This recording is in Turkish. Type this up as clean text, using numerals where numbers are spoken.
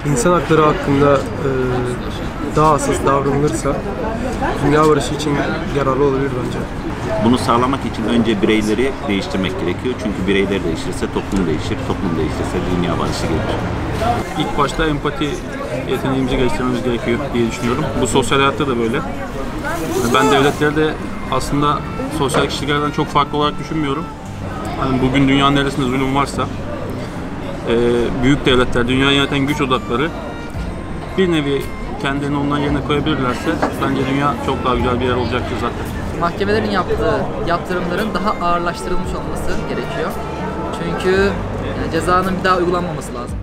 insan hakları hakkında daha hassas davranılırsa dünya barışı için yararlı olabilir bence. Bunu sağlamak için önce bireyleri değiştirmek gerekiyor. Çünkü bireyler değişirse toplum değişir, toplum değişirse dünya barışı gelir. İlk başta empati yeteneğimizi geliştirmemiz gerekiyor diye düşünüyorum. Bu sosyal hayatta da böyle. Ben devletleri de aslında sosyal kişilerden çok farklı olarak düşünmüyorum. Yani bugün dünyanın neresinde zulüm varsa büyük devletler, dünyayı yöneten güç odakları bir nevi kendilerini onların yerine koyabilirlerse bence dünya çok daha güzel bir yer olacaktır zaten. Mahkemelerin yaptığı yaptırımların daha ağırlaştırılmış olması gerekiyor. Çünkü cezanın bir daha uygulanmaması lazım.